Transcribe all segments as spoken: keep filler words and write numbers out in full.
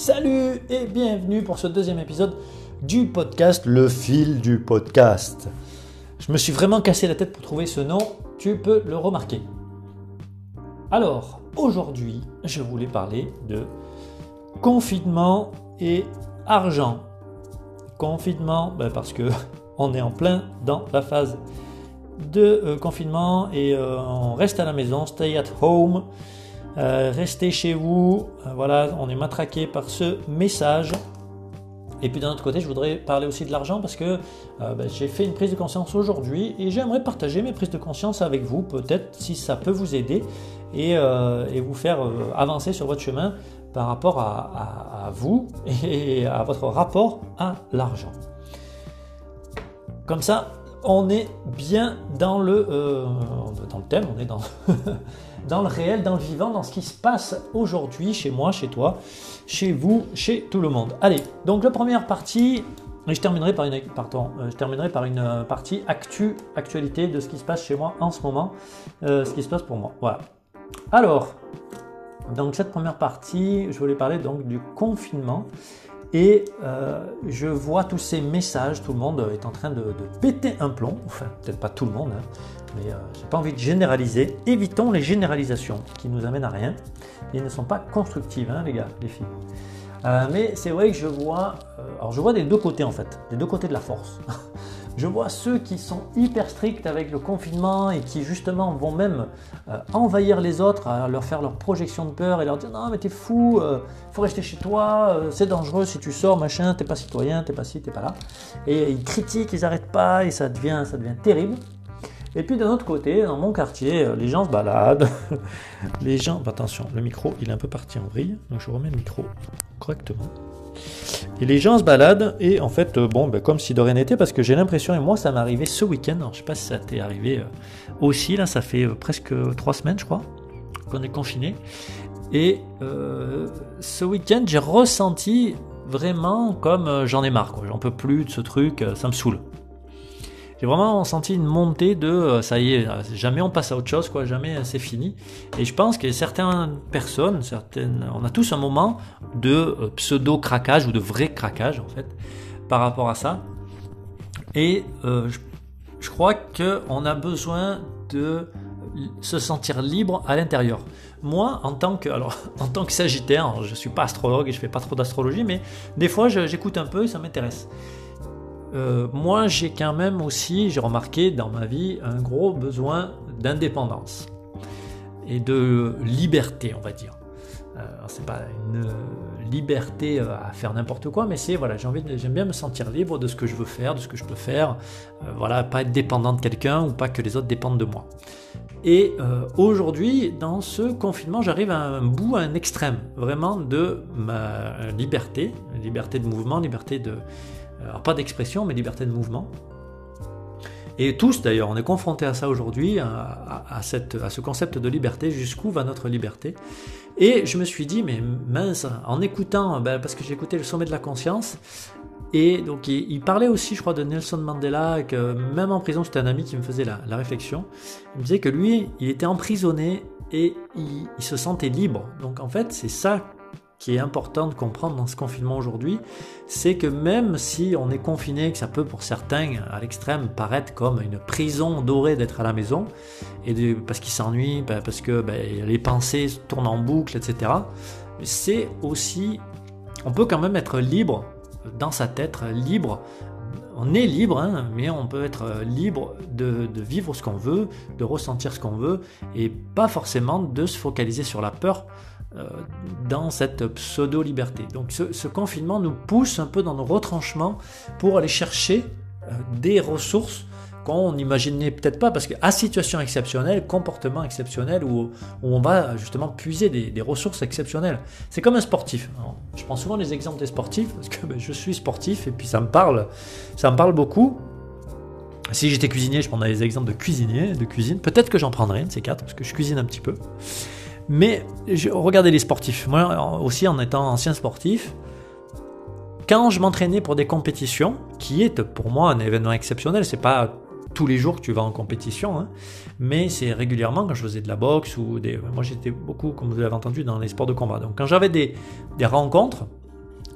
Salut et bienvenue pour ce deuxième épisode du podcast Le Fil du Podcast. Je me suis vraiment cassé la tête pour trouver ce nom, tu peux le remarquer. Alors, aujourd'hui, je voulais parler de confinement et argent. Confinement, ben parce que on est en plein dans la phase de euh, confinement et euh, on reste à la maison, stay at home. Euh, restez chez vous, euh, voilà, on est matraqué par ce message. Et puis d'un autre côté, je voudrais parler aussi de l'argent parce que euh, ben, j'ai fait une prise de conscience aujourd'hui et j'aimerais partager mes prises de conscience avec vous, peut-être si ça peut vous aider et, euh, et vous faire euh, avancer sur votre chemin par rapport à, à, à vous et à votre rapport à l'argent. Comme ça, on est bien dans le, euh, dans le thème, on est dans, dans le réel, dans le vivant, dans ce qui se passe aujourd'hui chez moi, chez toi, chez vous, chez tout le monde. Allez, donc la première partie, et je terminerai par une, pardon, je terminerai par une partie actu, actualité de ce qui se passe chez moi en ce moment, euh, ce qui se passe pour moi. Voilà. Alors, donc cette première partie, je voulais parler donc du confinement. Et euh, je vois tous ces messages, tout le monde est en train de, de péter un plomb, enfin peut-être pas tout le monde, hein, mais euh, j'ai pas envie de généraliser. Évitons les généralisations qui nous amènent à rien et ne sont pas constructives, hein, les gars, les filles. Euh, mais c'est vrai que je vois, euh, alors je vois des deux côtés en fait, des deux côtés de la force. Je vois ceux qui sont hyper stricts avec le confinement et qui justement vont même euh, envahir les autres, à leur faire leur projection de peur et leur dire non mais t'es fou, il euh, faut rester chez toi, euh, c'est dangereux si tu sors, machin, t'es pas citoyen, t'es pas ci, t'es pas là. Et ils critiquent, ils n'arrêtent pas et ça devient, ça devient terrible. Et puis d'un autre côté, dans mon quartier, les gens se baladent. Les gens, attention, le micro il est un peu parti en vrille, donc je remets le micro correctement. Et les gens se baladent et en fait, euh, bon, ben, comme si de rien n'était, parce que j'ai l'impression, et moi ça m'est arrivé ce week-end, alors, je ne sais pas si ça t'est arrivé euh, aussi, là ça fait euh, presque trois semaines je crois, qu'on est confiné. Et euh, ce week-end j'ai ressenti vraiment comme euh, j'en ai marre, quoi. J'en peux plus de ce truc, euh, ça me saoule. J'ai vraiment senti une montée de euh, ça y est, jamais on passe à autre chose, quoi, jamais c'est fini. Et je pense que certaines personnes, certaines, on a tous un moment de euh, pseudo-craquage ou de vrai craquage en fait par rapport à ça. Et euh, je, je crois qu'on a besoin de se sentir libre à l'intérieur. Moi, en tant que, alors, en tant que sagittaire, je ne suis pas astrologue et je ne fais pas trop d'astrologie, mais des fois je, j'écoute un peu et ça m'intéresse. Euh, moi, j'ai quand même aussi, j'ai remarqué dans ma vie, un gros besoin d'indépendance et de liberté, on va dire. Euh, c'est pas une liberté à faire n'importe quoi, mais c'est voilà, j'ai envie, de, j'aime bien me sentir libre de ce que je veux faire, de ce que je peux faire. Euh, voilà, pas être dépendant de quelqu'un ou pas que les autres dépendent de moi. Et euh, aujourd'hui, dans ce confinement, j'arrive à un bout, à un extrême, vraiment de ma liberté, liberté de mouvement, liberté de alors pas d'expression, mais liberté de mouvement. Et tous d'ailleurs, on est confrontés à ça aujourd'hui, à, à, à, cette, à ce concept de liberté, jusqu'où va notre liberté. Et je me suis dit, mais mince, en écoutant, ben, parce que j'ai écouté le sommet de la conscience, et donc il, il parlait aussi, je crois, de Nelson Mandela, que même en prison, c'était un ami qui me faisait la, la réflexion. Il me disait que lui, il était emprisonné et il, il se sentait libre. Donc en fait, c'est ça qui est important de comprendre dans ce confinement aujourd'hui, c'est que même si on est confiné, que ça peut pour certains à l'extrême paraître comme une prison dorée d'être à la maison, et de, parce qu'ils s'ennuient, parce que ben, les pensées tournent en boucle, et cetera, c'est aussi, on peut quand même être libre dans sa tête, libre, on est libre, hein, mais on peut être libre de, de vivre ce qu'on veut, de ressentir ce qu'on veut, et pas forcément de se focaliser sur la peur, Euh, dans cette pseudo-liberté. Donc ce, ce confinement nous pousse un peu dans nos retranchements pour aller chercher euh, des ressources qu'on n'imaginait peut-être pas, parce qu'à situation exceptionnelle, comportement exceptionnel, où, où on va justement puiser des, des ressources exceptionnelles. C'est comme un sportif. Alors, je prends souvent les exemples des sportifs, parce que ben, je suis sportif et puis ça me parle, ça me parle beaucoup. Si j'étais cuisinier, je prendrais des exemples de cuisinier, de cuisine. Peut-être que j'en prendrais un de ces quatre, parce que je cuisine un petit peu. Mais je, regardez les sportifs. Moi aussi, en étant ancien sportif, quand je m'entraînais pour des compétitions, qui est pour moi un événement exceptionnel, c'est pas tous les jours que tu vas en compétition, hein, mais c'est régulièrement quand je faisais de la boxe ou des. Moi, j'étais beaucoup, comme vous l'avez entendu, dans les sports de combat. Donc, quand j'avais des, des rencontres,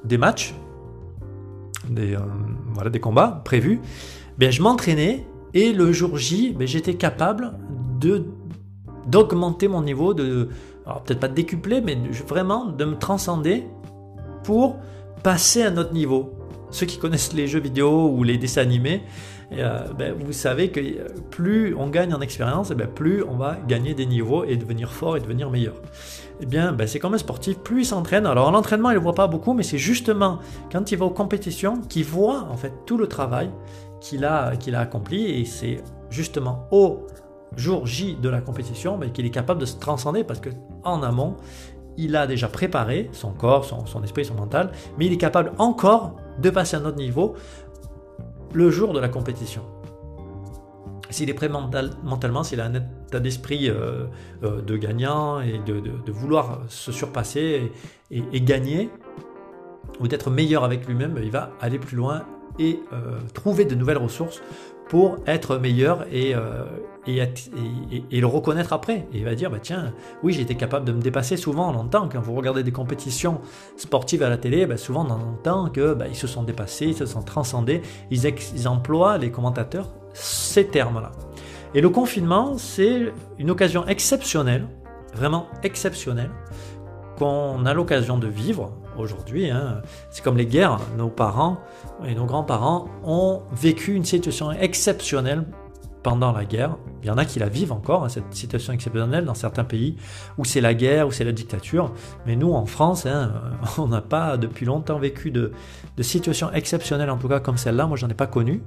des matchs, des, euh, voilà, des combats prévus, bien, je m'entraînais et le jour J, bien, j'étais capable de, d'augmenter mon niveau, de, alors peut-être pas de décupler, mais de, vraiment de me transcender pour passer à un autre niveau. Ceux qui connaissent les jeux vidéo ou les dessins animés, euh, ben, vous savez que plus on gagne en expérience, ben, plus on va gagner des niveaux et devenir fort et devenir meilleur. Eh bien, ben, c'est comme un sportif, plus il s'entraîne. Alors, l'entraînement, il ne le voit pas beaucoup, mais c'est justement quand il va aux compétitions qu'il voit en fait tout le travail qu'il a, qu'il a accompli. Et c'est justement au jour J de la compétition ben, qu'il est capable de se transcender parce qu'en amont, il a déjà préparé son corps, son, son esprit, son mental, mais il est capable encore de passer à un autre niveau le jour de la compétition. S'il est prêt mental, mentalement, s'il a un état d'esprit euh, euh, de gagnant et de, de, de vouloir se surpasser et, et, et gagner, ou d'être meilleur avec lui-même, il va aller plus loin et euh, trouver de nouvelles ressources pour être meilleur et, euh, et, et, et, et le reconnaître après. Et il va dire, bah tiens, oui, j'ai été capable de me dépasser. Souvent, on entend, quand vous regardez des compétitions sportives à la télé, bah souvent on entend qu'ils bah, se sont dépassés, ils se sont transcendés. Ils, ex- ils emploient, les commentateurs, ces termes-là. Et le confinement, c'est une occasion exceptionnelle, vraiment exceptionnelle, qu'on a l'occasion de vivre aujourd'hui. Hein. C'est comme les guerres, nos parents et nos grands-parents ont vécu une situation exceptionnelle pendant la guerre. Il y en a qui la vivent encore, hein, cette situation exceptionnelle dans certains pays où c'est la guerre, où c'est la dictature. Mais nous, en France, hein, on n'a pas depuis longtemps vécu de, de situation exceptionnelle, en tout cas comme celle-là. Moi, j'en ai pas connu.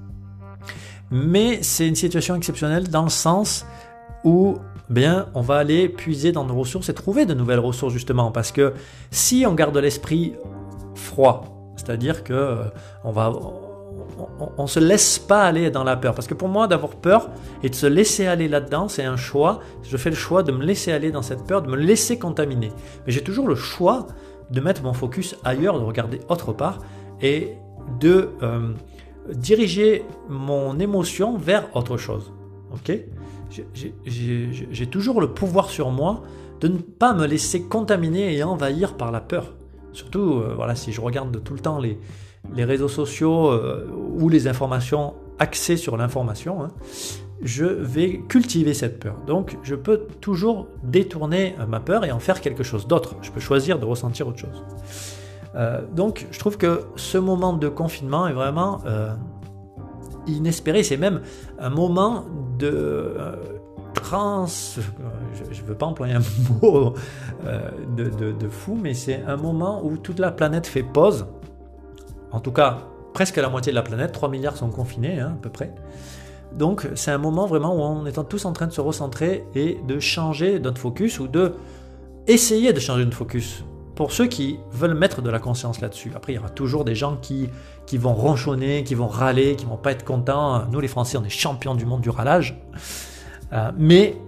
Mais c'est une situation exceptionnelle dans le sens où bien, on va aller puiser dans nos ressources et trouver de nouvelles ressources justement, parce que si on garde l'esprit froid, c'est-à-dire que euh, on va, on, on se laisse pas aller dans la peur, parce que pour moi d'avoir peur et de se laisser aller là-dedans, c'est un choix. Je fais le choix de me laisser aller dans cette peur, de me laisser contaminer, mais j'ai toujours le choix de mettre mon focus ailleurs, de regarder autre part et de euh, diriger mon émotion vers autre chose. Ok ? J'ai, j'ai, j'ai toujours le pouvoir sur moi de ne pas me laisser contaminer et envahir par la peur. Surtout, euh, voilà, si je regarde tout le temps les, les réseaux sociaux euh, ou les informations axées sur l'information, hein, je vais cultiver cette peur. Donc, je peux toujours détourner ma peur et en faire quelque chose d'autre. Je peux choisir de ressentir autre chose. Euh, donc, je trouve que ce moment de confinement est vraiment euh, inespéré. C'est même un moment de euh, trans... Je ne veux pas employer un mot euh, de, de, de fou, mais c'est un moment où toute la planète fait pause. En tout cas, presque la moitié de la planète. trois milliards sont confinés, hein, à peu près. Donc, c'est un moment vraiment où on est tous en train de se recentrer et de changer notre focus ou de essayer de changer notre focus. Pour ceux qui veulent mettre de la conscience là-dessus. Après, il y aura toujours des gens qui, qui vont ronchonner, qui vont râler, qui ne vont pas être contents. Nous, les Français, on est champions du monde du râlage. Euh, mais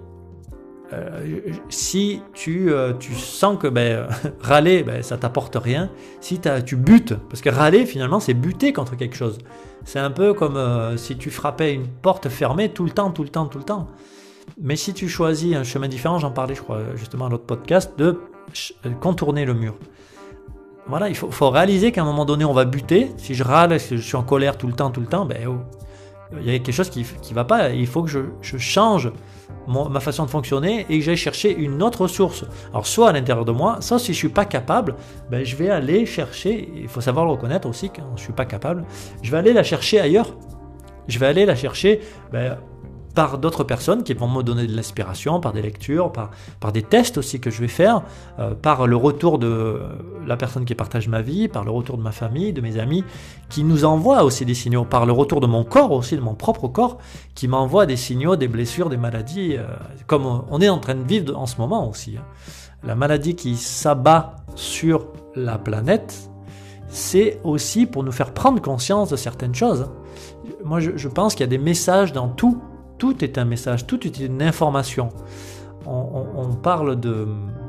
euh, si tu, euh, tu sens que ben, râler, ben, ça ne t'apporte rien, si tu butes, parce que râler, finalement, c'est buter contre quelque chose. C'est un peu comme euh, si tu frappais une porte fermée tout le temps, tout le temps, tout le temps. Mais si tu choisis un chemin différent, j'en parlais, je crois, justement, à l'autre podcast, de contourner le mur. Voilà, il faut, faut réaliser qu'à un moment donné, on va buter. Si je râle, si je suis en colère tout le temps, tout le temps, ben, oh, il y a quelque chose qui ne va pas. Il faut que je, je change mon, ma façon de fonctionner et que j'aille chercher une autre source. Alors, soit à l'intérieur de moi, soit si je ne suis pas capable, ben, je vais aller chercher, il faut savoir le reconnaître aussi quand je ne suis pas capable, je vais aller la chercher ailleurs. Je vais aller la chercher ben, par d'autres personnes qui vont me donner de l'inspiration, par des lectures, par, par des tests aussi que je vais faire, euh, par le retour de la personne qui partage ma vie, par le retour de ma famille, de mes amis, qui nous envoient aussi des signaux, par le retour de mon corps aussi, de mon propre corps, qui m'envoie des signaux, des blessures, des maladies, euh, comme on est en train de vivre en ce moment aussi. Hein. La maladie qui s'abat sur la planète, c'est aussi pour nous faire prendre conscience de certaines choses. Moi, je, je pense qu'il y a des messages dans tout. Tout est un message, tout est une information. On, on, on parle de,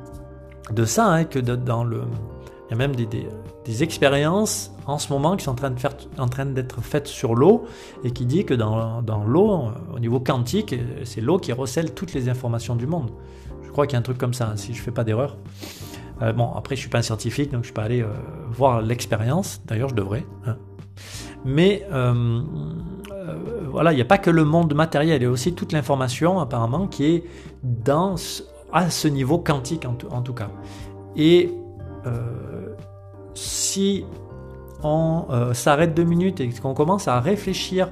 de ça, hein, que de, dans le, il y a même des, des, des expériences en ce moment qui sont en train, de faire, en train d'être faites sur l'eau et qui dit que dans, dans l'eau, au niveau quantique, c'est l'eau qui recèle toutes les informations du monde. Je crois qu'il y a un truc comme ça, hein, si je ne fais pas d'erreur. Euh, bon, après, je suis pas un scientifique, donc je suis pas allé euh, voir l'expérience. D'ailleurs, je devrais. Hein. Mais euh, euh, voilà, il n'y a pas que le monde matériel, il y a aussi toute l'information apparemment qui est dans, à ce niveau quantique en tout, en tout cas. Et euh, si on euh, s'arrête deux minutes et qu'on commence à réfléchir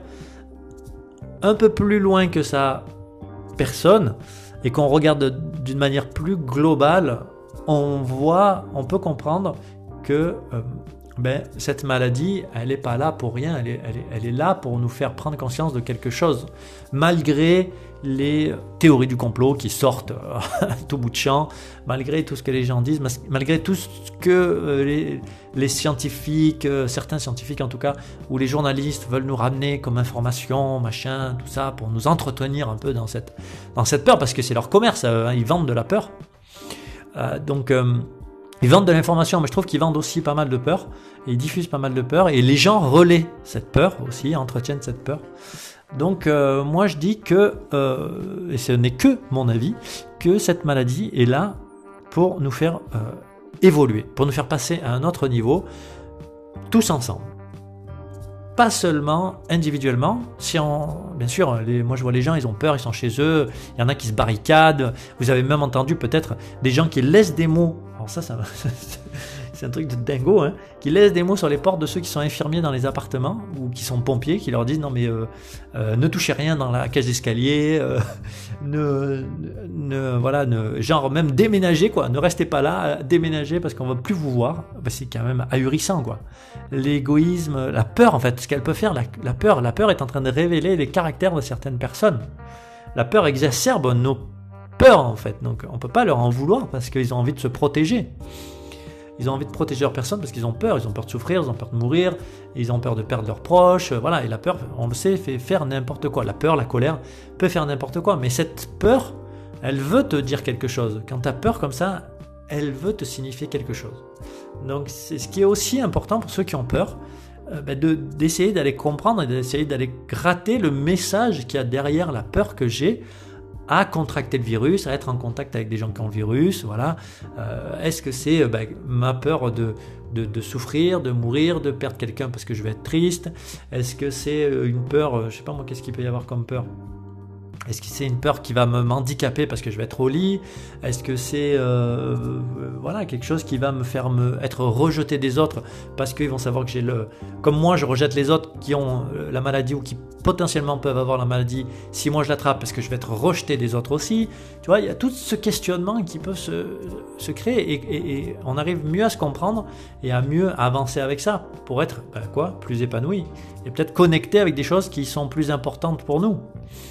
un peu plus loin que sa personne et qu'on regarde d'une manière plus globale, on voit, on peut comprendre que euh, ben, cette maladie, elle n'est pas là pour rien, elle est, elle, est, elle est là pour nous faire prendre conscience de quelque chose, malgré les théories du complot qui sortent à tout bout de champ, malgré tout ce que les gens disent, malgré tout ce que les, les scientifiques, certains scientifiques en tout cas, ou les journalistes veulent nous ramener comme information, machin, tout ça, pour nous entretenir un peu dans cette, dans cette peur, parce que c'est leur commerce, hein, ils vendent de la peur. Euh, donc... Euh, Ils vendent de l'information, mais je trouve qu'ils vendent aussi pas mal de peur, et ils diffusent pas mal de peur, et les gens relaient cette peur aussi, entretiennent cette peur. Donc euh, moi je dis que, euh, et ce n'est que mon avis, que cette maladie est là pour nous faire euh, évoluer, pour nous faire passer à un autre niveau, tous ensemble. Pas seulement individuellement, si on, bien sûr, les, moi je vois les gens, ils ont peur, ils sont chez eux, il y en a qui se barricadent, vous avez même entendu peut-être des gens qui laissent des mots, alors ça, ça c'est un truc de dingo, hein, qui laissent des mots sur les portes de ceux qui sont infirmiers dans les appartements ou qui sont pompiers, qui leur disent non mais euh, euh, ne touchez rien dans la cage d'escalier, euh, ne, ne, voilà, ne, genre même déménagez quoi, ne restez pas là, déménagez parce qu'on va plus vous voir, ben, c'est quand même ahurissant quoi. L'égoïsme, la peur en fait, ce qu'elle peut faire, la, la peur, la peur est en train de révéler les caractères de certaines personnes. La peur exacerbe nos peurs en fait, donc on peut pas leur en vouloir parce qu'ils ont envie de se protéger. Ils ont envie de protéger leur personne parce qu'ils ont peur, ils ont peur de souffrir, ils ont peur de mourir, ils ont peur de perdre leurs proches, voilà, et la peur, on le sait, fait faire n'importe quoi. La peur, la colère peut faire n'importe quoi, mais cette peur, elle veut te dire quelque chose. Quand tu as peur comme ça, elle veut te signifier quelque chose. Donc c'est ce qui est aussi important pour ceux qui ont peur, euh, ben de, d'essayer d'aller comprendre et d'essayer d'aller gratter le message qu'il y a derrière la peur que j'ai à contracter le virus, à être en contact avec des gens qui ont le virus, voilà. Euh, est-ce que c'est euh, ben, ma peur de, de, de souffrir, de mourir, de perdre quelqu'un parce que je vais être triste? Est-ce que c'est une peur, euh, je sais pas moi, qu'est-ce qu'il peut y avoir comme peur? Est-ce que c'est une peur qui va me m'handicaper parce que je vais être au lit? Est-ce que c'est euh, voilà, quelque chose qui va me faire me, être rejeté des autres parce qu'ils vont savoir que j'ai le... Comme moi, je rejette les autres qui ont la maladie ou qui potentiellement peuvent avoir la maladie si moi je l'attrape parce que je vais être rejeté des autres aussi. Tu vois, il y a tout ce questionnement qui peut se, se créer et, et, et on arrive mieux à se comprendre et à mieux avancer avec ça pour être ben quoi, plus épanoui et peut-être connecté avec des choses qui sont plus importantes pour nous.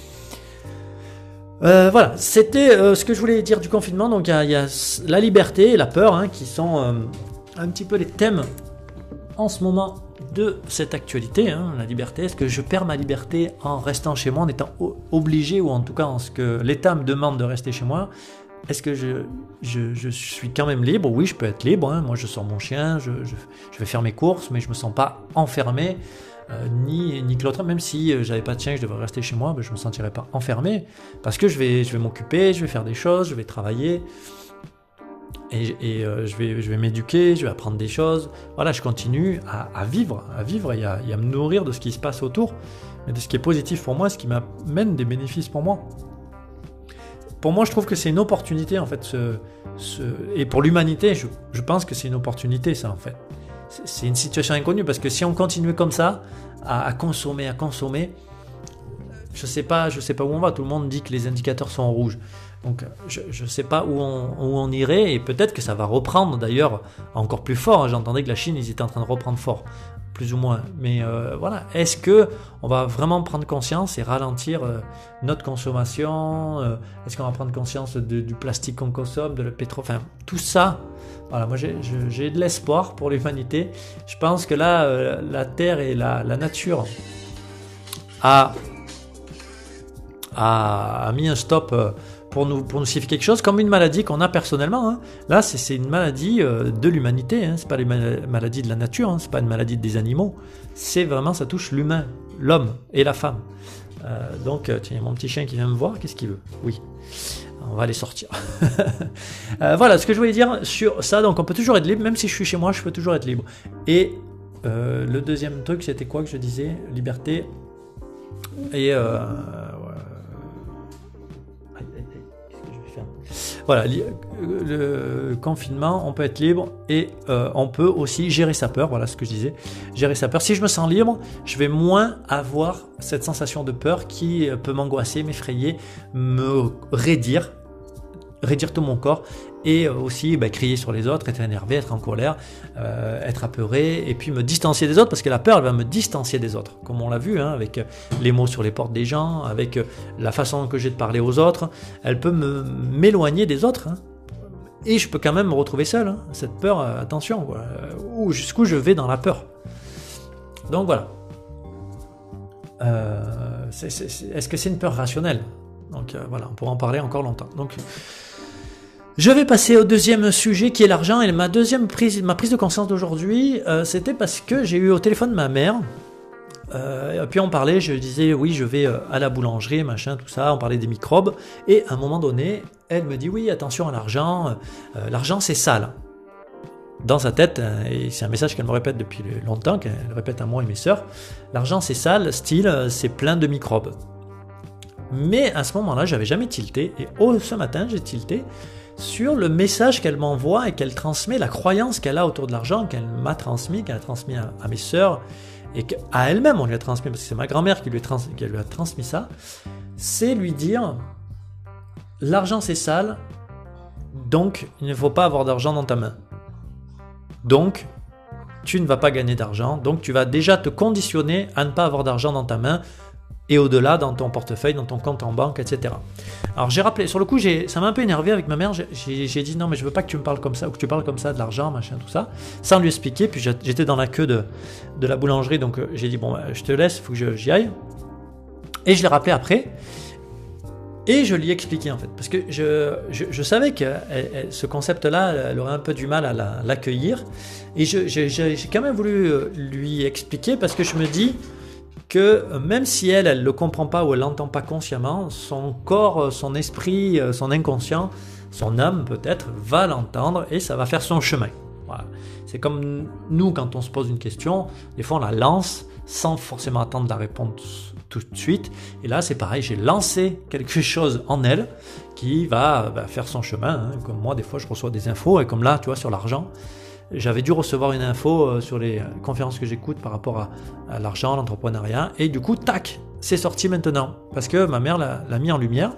Euh, voilà, c'était euh, ce que je voulais dire du confinement. Donc il y, y a la liberté et la peur hein, qui sont euh, un petit peu les thèmes en ce moment de cette actualité. Hein, la liberté, est-ce que je perds ma liberté en restant chez moi, en étant obligé ou en tout cas en ce que l'État me demande de rester chez moi? Est-ce que je, je, je suis quand même libre? Oui, je peux être libre. Hein. Moi, je sors mon chien, je, je, je vais faire mes courses, mais je me sens pas enfermé. Euh, ni, ni que l'autre, même si euh, j'avais pas de chien, je devrais rester chez moi, ben, je me sentirais pas enfermé parce que je vais, je vais m'occuper, je vais faire des choses, je vais travailler et, et euh, je vais, je vais m'éduquer, je vais apprendre des choses. Voilà, je continue à, à vivre, à vivre et à, et à me nourrir de ce qui se passe autour, mais de ce qui est positif pour moi, ce qui m'amène des bénéfices pour moi. Pour moi, je trouve que c'est une opportunité en fait, ce, ce... et pour l'humanité, je, je pense que c'est une opportunité ça en fait. C'est une situation inconnue parce que si on continue comme ça à, à consommer, à consommer, je sais pas, je sais pas où on va. Tout le monde dit que les indicateurs sont en rouge, donc je ne sais pas où on, où on irait et peut-être que ça va reprendre d'ailleurs encore plus fort. J'entendais que la Chine, ils étaient en train de reprendre fort, plus ou moins. Mais euh, voilà, est-ce que on va vraiment prendre conscience et ralentir euh, notre consommation? euh, Est-ce qu'on va prendre conscience de, du plastique qu'on consomme, de le pétrole, enfin tout ça? Voilà, moi j'ai, j'ai de l'espoir pour l'humanité. Je pense que là, euh, la Terre et la, la nature a, a, a mis un stop euh, pour nous, pour nous signifier quelque chose, comme une maladie qu'on a personnellement. Hein. Là, c'est, c'est une maladie euh, de l'humanité. Hein. C'est pas une maladie de la nature. Hein. C'est pas une maladie des animaux. C'est vraiment, ça touche l'humain, l'homme et la femme. Euh, donc, tiens, il y a mon petit chien qui vient me voir. Qu'est-ce qu'il veut? Oui. On va les sortir. euh, voilà ce que je voulais dire sur ça. Donc, on peut toujours être libre. Même si je suis chez moi, je peux toujours être libre. Et euh, le deuxième truc, c'était quoi que je disais? Liberté. Et... Euh, Voilà, le confinement, on peut être libre et euh, on peut aussi gérer sa peur. Voilà ce que je disais, gérer sa peur. Si je me sens libre, je vais moins avoir cette sensation de peur qui peut m'angoisser, m'effrayer, me raidir, raidir tout mon corps et aussi bah, crier sur les autres, être énervé, être en colère, euh, être apeuré et puis me distancier des autres parce que la peur elle va me distancier des autres, comme on l'a vu hein, avec les mots sur les portes des gens, avec la façon que j'ai de parler aux autres, elle peut me, m'éloigner des autres hein. Et je peux quand même me retrouver seul, hein. Cette peur, euh, attention, quoi. Où, jusqu'où je vais dans la peur. Donc voilà. Euh, c'est, c'est, c'est, est-ce que c'est une peur rationnelle? Donc euh, voilà, on pourra en parler encore longtemps. Donc je vais passer au deuxième sujet qui est l'argent. Et ma deuxième prise, ma prise de conscience d'aujourd'hui, euh, c'était parce que j'ai eu au téléphone ma mère. Euh, et puis on parlait, je disais oui, je vais euh, à la boulangerie, machin, tout ça. On parlait des microbes. Et à un moment donné, elle me dit oui, attention à l'argent. Euh, l'argent c'est sale. Dans sa tête, et c'est un message qu'elle me répète depuis longtemps, qu'elle répète à moi et mes sœurs. L'argent c'est sale, style c'est plein de microbes. Mais à ce moment-là, j'avais jamais tilté. Et oh, ce matin, j'ai tilté sur le message qu'elle m'envoie et qu'elle transmet, la croyance qu'elle a autour de l'argent, qu'elle m'a transmis, qu'elle a transmis à, à mes sœurs et qu'à elle-même on lui a transmis, parce que c'est ma grand-mère qui lui, trans, qui lui a transmis ça, c'est lui dire l'argent c'est sale, donc il ne faut pas avoir d'argent dans ta main. Donc tu ne vas pas gagner d'argent, donc tu vas déjà te conditionner à ne pas avoir d'argent dans ta main et au-delà dans ton portefeuille, dans ton compte en banque, et cetera. Alors j'ai rappelé, sur le coup, j'ai, ça m'a un peu énervé avec ma mère, j'ai, j'ai dit non mais je veux pas que tu me parles comme ça, ou que tu parles comme ça de l'argent, machin, tout ça, sans lui expliquer, puis j'étais dans la queue de, de la boulangerie, donc j'ai dit bon, je te laisse, il faut que je, j'y aille. Et je l'ai rappelé après, et je lui ai expliqué en fait, parce que je, je, je savais que elle, elle, ce concept-là, elle aurait un peu du mal à la, l'accueillir, et je, je, j'ai quand même voulu lui expliquer, parce que je me dis que même si elle, elle ne le comprend pas ou elle ne l'entend pas consciemment, son corps, son esprit, son inconscient, son âme peut-être, va l'entendre et ça va faire son chemin. Voilà. C'est comme nous, quand on se pose une question, des fois on la lance sans forcément attendre la réponse tout de suite. Et là, c'est pareil, j'ai lancé quelque chose en elle qui va, va faire son chemin. Hein. Comme moi, des fois, je reçois des infos et comme là, tu vois, sur l'argent, j'avais dû recevoir une info sur les conférences que j'écoute par rapport à, à l'argent, l'entrepreneuriat, et du coup, tac, c'est sorti maintenant, parce que ma mère l'a, l'a mis en lumière.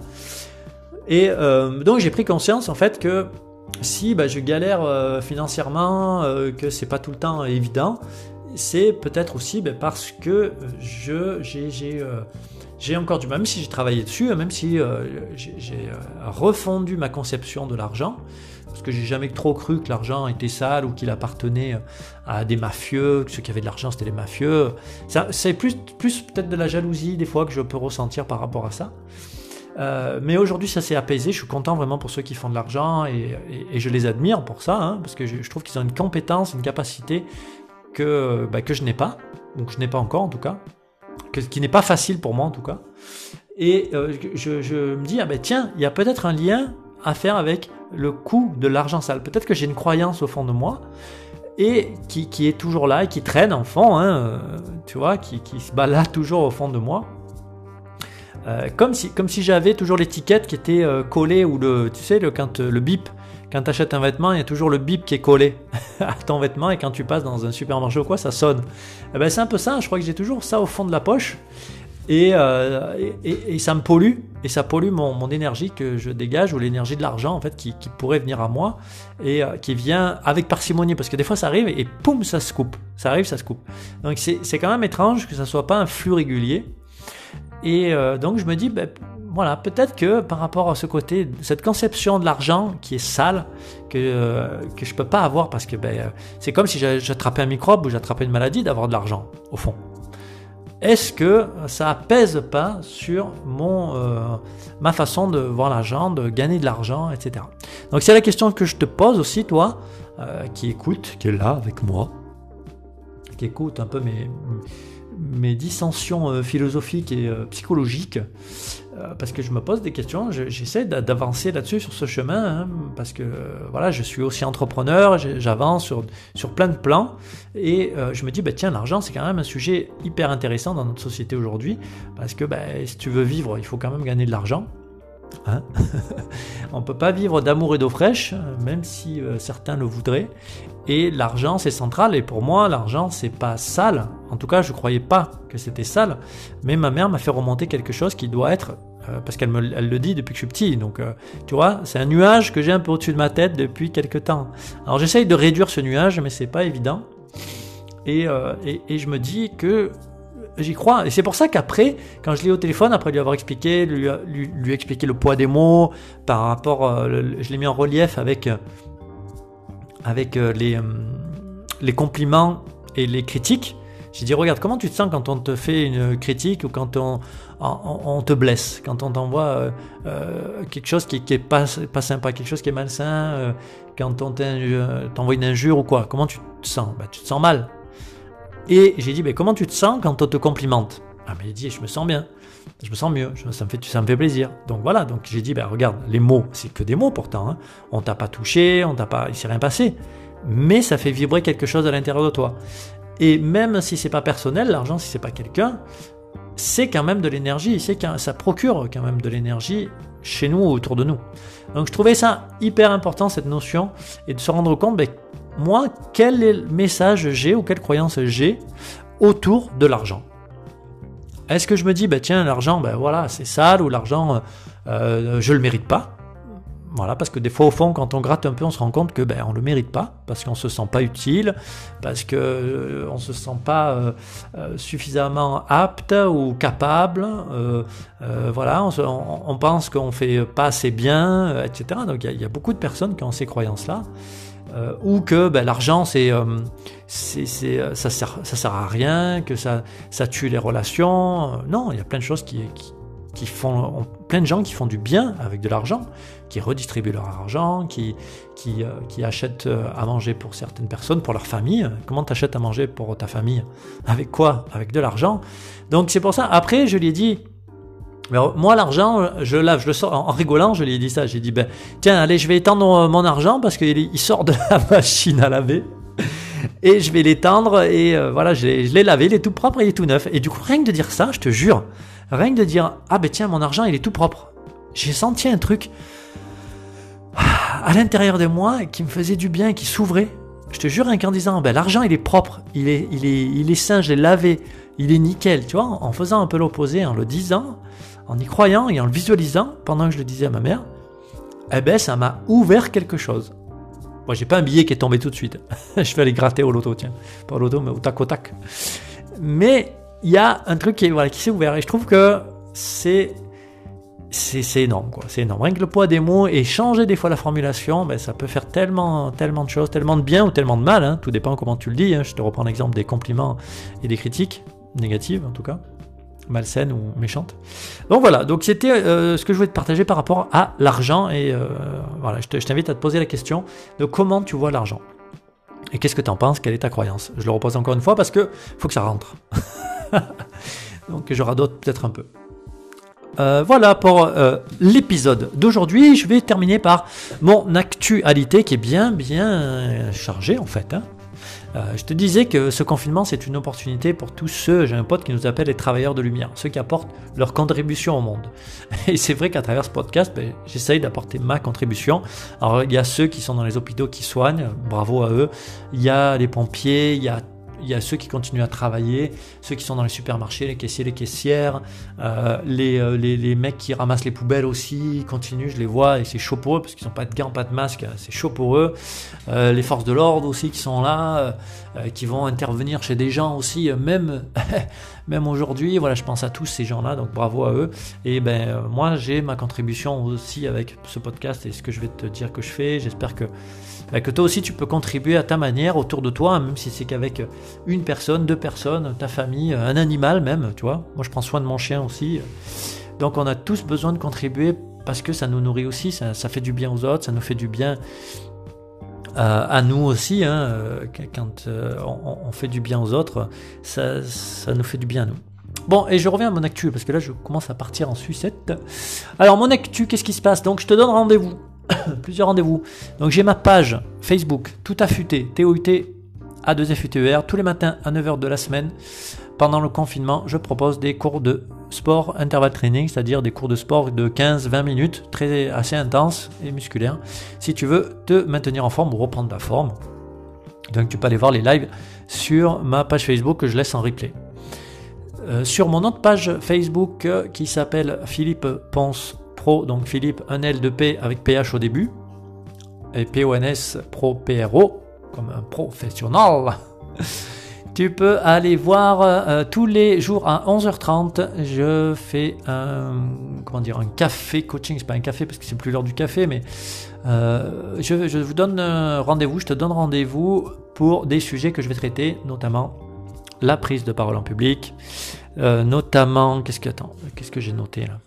Et euh, donc, j'ai pris conscience, en fait, que si bah, je galère euh, financièrement, euh, que c'est pas tout le temps évident, c'est peut-être aussi bah, parce que je, j'ai, j'ai, euh, j'ai encore du mal, même si j'ai travaillé dessus, même si euh, j'ai, j'ai refondu ma conception de l'argent, parce que j'ai jamais trop cru que l'argent était sale ou qu'il appartenait à des mafieux, que ceux qui avaient de l'argent c'était les mafieux. Ça, c'est plus, plus peut-être de la jalousie des fois que je peux ressentir par rapport à ça. Euh, mais aujourd'hui ça s'est apaisé, je suis content vraiment pour ceux qui font de l'argent et, et, et je les admire pour ça, hein, parce que je, je trouve qu'ils ont une compétence, une capacité que, bah, que je n'ai pas, donc je n'ai pas encore en tout cas, que, qui n'est pas facile pour moi en tout cas. Et euh, je, je me dis, ah ben tiens, il y a peut-être un lien à faire avec le coût de l'argent sale. Peut-être que j'ai une croyance au fond de moi et qui, qui est toujours là et qui traîne en fond, hein, tu vois, qui, qui se balade toujours au fond de moi. Euh, comme si, comme si j'avais toujours l'étiquette qui était euh, collée ou le, tu sais, le, quand, le bip, quand tu achètes un vêtement, il y a toujours le bip qui est collé à ton vêtement et quand tu passes dans un supermarché ou quoi, ça sonne. Et ben, c'est un peu ça, je crois que j'ai toujours ça au fond de la poche. Et, euh, et, et, et ça me pollue, et ça pollue mon, mon énergie que je dégage, ou l'énergie de l'argent en fait qui, qui pourrait venir à moi, et euh, qui vient avec parcimonie, parce que des fois ça arrive, et poum, ça se coupe, ça arrive, ça se coupe. Donc c'est, c'est quand même étrange que ça soit pas un flux régulier, et euh, donc je me dis, ben, voilà, peut-être que par rapport à ce côté, cette conception de l'argent qui est sale, que, euh, que je peux pas avoir, parce que ben, c'est comme si j'attrapais un microbe ou j'attrapais une maladie d'avoir de l'argent, au fond. Est-ce que ça pèse pas sur mon, euh, ma façon de voir l'argent, de gagner de l'argent, et cetera. Donc c'est la question que je te pose aussi, toi, euh, qui écoute, qui est là avec moi, qui écoute un peu mes, mes dissensions euh, philosophiques et euh, psychologiques, euh, parce que je me pose des questions, je, j'essaie d'avancer là-dessus sur ce chemin, hein, parce que euh, voilà, je suis aussi entrepreneur, j'avance sur, sur plein de plans, et euh, je me dis, bah, tiens, l'argent, c'est quand même un sujet hyper intéressant dans notre société aujourd'hui, parce que bah, si tu veux vivre, il faut quand même gagner de l'argent. Hein. On ne peut pas vivre d'amour et d'eau fraîche, même si euh, certains le voudraient. Et l'argent, c'est central. Et pour moi, l'argent, c'est pas sale. En tout cas, je ne croyais pas que c'était sale. Mais ma mère m'a fait remonter quelque chose qui doit être, euh, parce qu'elle me elle le dit depuis que je suis petit. Donc, euh, tu vois, c'est un nuage que j'ai un peu au-dessus de ma tête depuis quelques temps. Alors, j'essaye de réduire ce nuage, mais c'est pas évident. Et, euh, et, et je me dis que j'y crois, et c'est pour ça qu'après, quand je l'ai au téléphone, après lui avoir expliqué, lui, lui, lui expliquer le poids des mots, par rapport, euh, le, je l'ai mis en relief avec, avec euh, les, euh, les compliments et les critiques. J'ai dit, regarde, comment tu te sens quand on te fait une critique ou quand on, on, on te blesse, quand on t'envoie euh, euh, quelque chose qui, qui est pas, pas sympa, quelque chose qui est malsain, euh, quand on t'envoie une injure ou quoi, comment tu te sens? Bah, tu te sens mal. Et j'ai dit, mais comment tu te sens quand on te complimente? Ah, mais il dit, je me sens bien, je me sens mieux, je, ça, me fait, ça me fait plaisir. Donc voilà, donc j'ai dit, ben regarde, les mots, c'est que des mots pourtant, hein. On t'a pas touché, on t'a pas, il s'est rien passé, mais ça fait vibrer quelque chose à l'intérieur de toi. Et même si c'est pas personnel, l'argent, si c'est pas quelqu'un, c'est quand même de l'énergie, c'est quand, ça procure quand même de l'énergie chez nous, autour de nous. Donc je trouvais ça hyper important, cette notion, et de se rendre compte, ben, moi, quel est le message j'ai ou quelle croyance j'ai autour de l'argent? Est-ce que je me dis, ben tiens, l'argent, ben voilà, c'est sale, ou l'argent, euh, je le mérite pas? Voilà, parce que des fois, au fond, quand on gratte un peu, on se rend compte que ben on le mérite pas, parce qu'on se sent pas utile, parce que euh, on se sent pas euh, euh, suffisamment apte ou capable. Euh, euh, voilà, on, se, on, on pense qu'on fait pas assez bien, euh, et cetera. Donc il y, y a beaucoup de personnes qui ont ces croyances-là. Euh, ou que ben, l'argent c'est, euh, c'est, c'est, ça sert, ça sert à rien, que ça, ça tue les relations. Euh, non, il y a plein de choses qui, qui, qui font, plein de gens qui font du bien avec de l'argent, qui redistribuent leur argent, qui, qui, euh, qui achètent à manger pour certaines personnes, pour leur famille. Comment tu achètes à manger pour ta famille? Avec quoi? Avec de l'argent. Donc c'est pour ça, après je lui ai dit, alors, moi, l'argent, je lave, je le sors en rigolant, je lui ai dit ça. J'ai dit, ben, tiens, allez, je vais étendre mon argent parce qu'il il sort de la machine à laver. Et je vais l'étendre et euh, voilà, je l'ai, je l'ai lavé, il est tout propre, il est tout neuf. Et du coup, rien que de dire ça, je te jure, rien que de dire, ah ben tiens, mon argent, il est tout propre. J'ai senti un truc à l'intérieur de moi qui me faisait du bien, qui s'ouvrait. Je te jure, rien qu'en disant, ben, l'argent, il est propre, il est, il est, il est sain, je l'ai lavé, il est nickel. Tu vois, en faisant un peu l'opposé, en le disant, en y croyant et en le visualisant, pendant que je le disais à ma mère, eh ben, ça m'a ouvert quelque chose. Moi, j'ai pas un billet qui est tombé tout de suite. Je vais aller gratter au loto, tiens. Pas au loto, mais au tac au tac. Mais il y a un truc qui, voilà, qui s'est ouvert. Et je trouve que c'est, c'est, c'est énorme, quoi. C'est énorme. Rien que le poids des mots et changer des fois la formulation, ben, ça peut faire tellement, tellement de choses, tellement de bien ou tellement de mal. Hein. Tout dépend comment tu le dis. Hein. Je te reprends l'exemple des compliments et des critiques, négatives en tout cas, malsaines ou méchantes. Donc voilà, donc c'était euh, ce que je voulais te partager par rapport à l'argent. Et euh, voilà, je, te, je t'invite à te poser la question de comment tu vois l'argent. Et qu'est-ce que tu en penses? Quelle est ta croyance? Je le repose encore une fois parce que faut que ça rentre. Donc je radote peut-être un peu. Euh, voilà pour euh, l'épisode d'aujourd'hui. Je vais terminer par mon actualité qui est bien bien chargée en fait. Hein. Euh, je te disais que ce confinement, c'est une opportunité pour tous ceux, j'ai un pote qui nous appelle les travailleurs de lumière, ceux qui apportent leur contribution au monde. Et c'est vrai qu'à travers ce podcast, ben, j'essaye d'apporter ma contribution. Alors, il y a ceux qui sont dans les hôpitaux qui soignent, bravo à eux. Il y a les pompiers, il y a Il y a ceux qui continuent à travailler, ceux qui sont dans les supermarchés, les caissiers, les caissières, euh, les, euh, les, les mecs qui ramassent les poubelles aussi, ils continuent, je les vois et c'est chaud pour eux parce qu'ils n'ont pas de gants, pas de masque, c'est chaud pour eux. Euh, les forces de l'ordre aussi qui sont là, euh, qui vont intervenir chez des gens aussi, euh, même, même aujourd'hui. Voilà, je pense à tous ces gens-là, donc bravo à eux. Et ben euh, moi j'ai ma contribution aussi avec ce podcast et ce que je vais te dire que je fais. J'espère que que toi aussi tu peux contribuer à ta manière autour de toi, même si c'est qu'avec une personne, deux personnes, ta famille, un animal même, tu vois. Moi je prends soin de mon chien aussi. Donc on a tous besoin de contribuer parce que ça nous nourrit aussi, ça, ça fait du bien aux autres, ça nous fait du bien Euh, à nous aussi, hein, euh, quand euh, on, on fait du bien aux autres, ça, ça nous fait du bien à nous. Bon, et je reviens à mon actu, parce que là, je commence à partir en sucette. Alors, mon actu, qu'est-ce qui se passe? Donc, je te donne rendez-vous, plusieurs rendez-vous. Donc, j'ai ma page Facebook, tout affûté, T O U T A deux F U T E R, tous les matins à neuf heures de la semaine. Pendant le confinement, je propose des cours de sport interval training, c'est-à-dire des cours de sport de quinze à vingt minutes, très, assez intenses et musculaires, si tu veux te maintenir en forme ou reprendre la forme. Donc tu peux aller voir les lives sur ma page Facebook que je laisse en replay. Euh, sur mon autre page Facebook euh, qui s'appelle Philippe Ponce Pro, donc Philippe, un L de P avec P H au début, et P O N S Pro P R O, comme un professionnel. Tu peux aller voir euh, tous les jours à onze heures trente. Je fais un, comment dire, un café coaching. C'est pas un café parce que c'est plus l'heure du café, mais euh, je, je vous donne rendez-vous. Je te donne rendez-vous pour des sujets que je vais traiter, notamment la prise de parole en public, euh, notamment qu'est-ce que attends, qu'est-ce que j'ai noté là?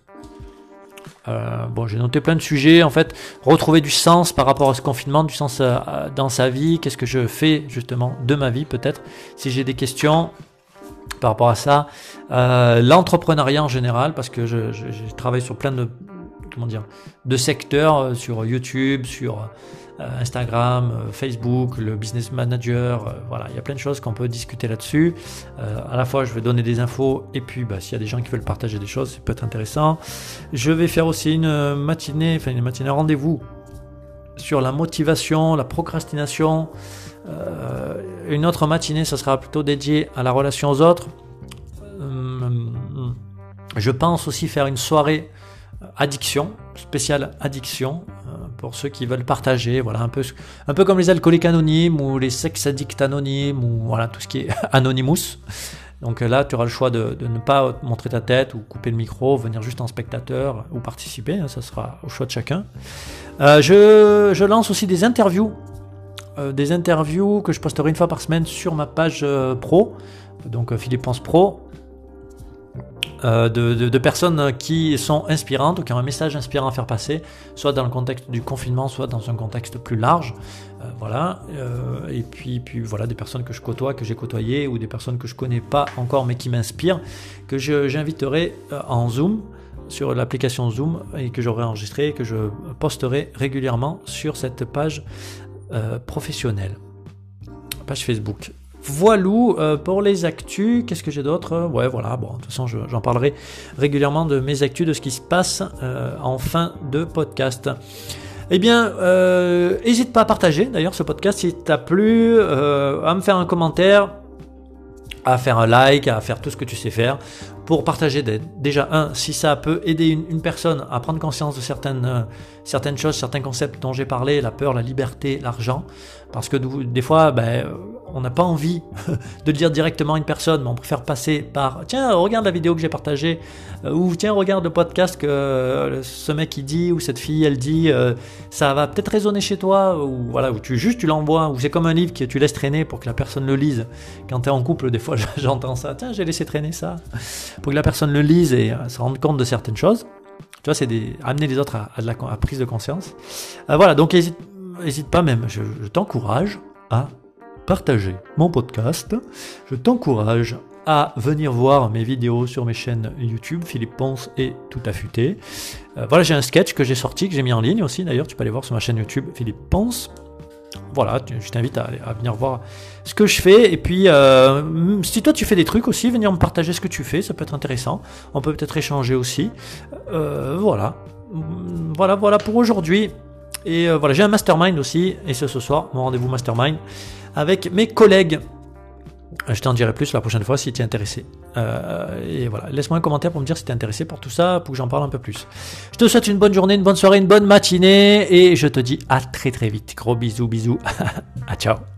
Euh, bon, j'ai noté plein de sujets, en fait, retrouver du sens par rapport à ce confinement, du sens euh, dans sa vie, qu'est-ce que je fais justement de ma vie peut-être, si j'ai des questions par rapport à ça, euh, l'entrepreneuriat en général, parce que je, je, je travaille sur plein de, comment dire, de secteurs, euh, sur YouTube, sur euh, Instagram, euh, Facebook, le business manager, euh, voilà, il y a plein de choses qu'on peut discuter là-dessus. Euh, à la fois, je vais donner des infos et puis, bah, s'il y a des gens qui veulent partager des choses, ça peut être intéressant. Je vais faire aussi une matinée, enfin une matinée rendez-vous sur la motivation, la procrastination. Euh, une autre matinée, ça sera plutôt dédié à la relation aux autres. Euh, je pense aussi faire une soirée addiction, spéciale addiction, euh, pour ceux qui veulent partager, voilà, un peu, un peu comme les alcooliques anonymes ou les sex addicts anonymes ou voilà, tout ce qui est Anonymous. Donc là, tu auras le choix de, de ne pas montrer ta tête ou couper le micro, venir juste en spectateur ou participer, hein, ça sera au choix de chacun. Euh, je, je lance aussi des interviews, euh, des interviews que je posterai une fois par semaine sur ma page euh, pro, donc euh, Philippe Ponce Pro. Euh, de, de, de personnes qui sont inspirantes ou qui ont un message inspirant à faire passer, soit dans le contexte du confinement, soit dans un contexte plus large. Euh, voilà. Euh, et puis, puis voilà, des personnes que je côtoie, que j'ai côtoyées, ou des personnes que je connais pas encore mais qui m'inspirent, que je, j'inviterai euh, en Zoom, sur l'application Zoom, et que j'aurai enregistré, et que je posterai régulièrement sur cette page euh, professionnelle, page Facebook. Voilou, euh, pour les actus, qu'est-ce que j'ai d'autre? Ouais, voilà, bon, de toute façon, je, j'en parlerai régulièrement de mes actus, de ce qui se passe euh, en fin de podcast. Eh bien, euh, n'hésite pas à partager, d'ailleurs, ce podcast, si t'as plu, euh, à me faire un commentaire, à faire un like, à faire tout ce que tu sais faire, pour partager des, déjà, un, si ça peut aider une, une personne à prendre conscience de certaines, euh, certaines choses, certains concepts dont j'ai parlé, la peur, la liberté, l'argent, parce que des fois, ben, on n'a pas envie de le dire directement à une personne, mais on préfère passer par « Tiens, regarde la vidéo que j'ai partagée euh, » ou « Tiens, regarde le podcast que euh, ce mec il dit » ou « cette fille elle dit euh, », ça va peut-être résonner chez toi, ou voilà, ou tu juste tu l'envoies, ou c'est comme un livre que tu laisses traîner pour que la personne le lise. Quand tu es en couple, des fois j'entends ça « Tiens, j'ai laissé traîner ça », pour que la personne le lise et euh, se rende compte de certaines choses. Tu vois, c'est des, amener les autres à, à, de la, à prise de conscience. Euh, voilà, donc hésite, hésite pas même, je, je t'encourage à partager mon podcast. Je t'encourage à venir voir mes vidéos sur mes chaînes YouTube, Philippe Ponce et Tout Affûté. Euh, voilà, j'ai un sketch que j'ai sorti, que j'ai mis en ligne aussi d'ailleurs, tu peux aller voir sur ma chaîne YouTube, Philippe Ponce. Voilà, je t'invite à, à venir voir ce que je fais. Et puis, euh, si toi tu fais des trucs aussi, venir me partager ce que tu fais, ça peut être intéressant. On peut peut-être échanger aussi. Euh, voilà, voilà, voilà pour aujourd'hui. Et euh, voilà, j'ai un mastermind aussi, et c'est ce soir, mon rendez-vous mastermind avec mes collègues. Je t'en dirai plus la prochaine fois si tu es intéressé. Euh, et voilà, laisse-moi un commentaire pour me dire si tu es intéressé par tout ça, pour que j'en parle un peu plus. Je te souhaite une bonne journée, une bonne soirée, une bonne matinée, et je te dis à très très vite. Gros bisous, bisous. À ciao.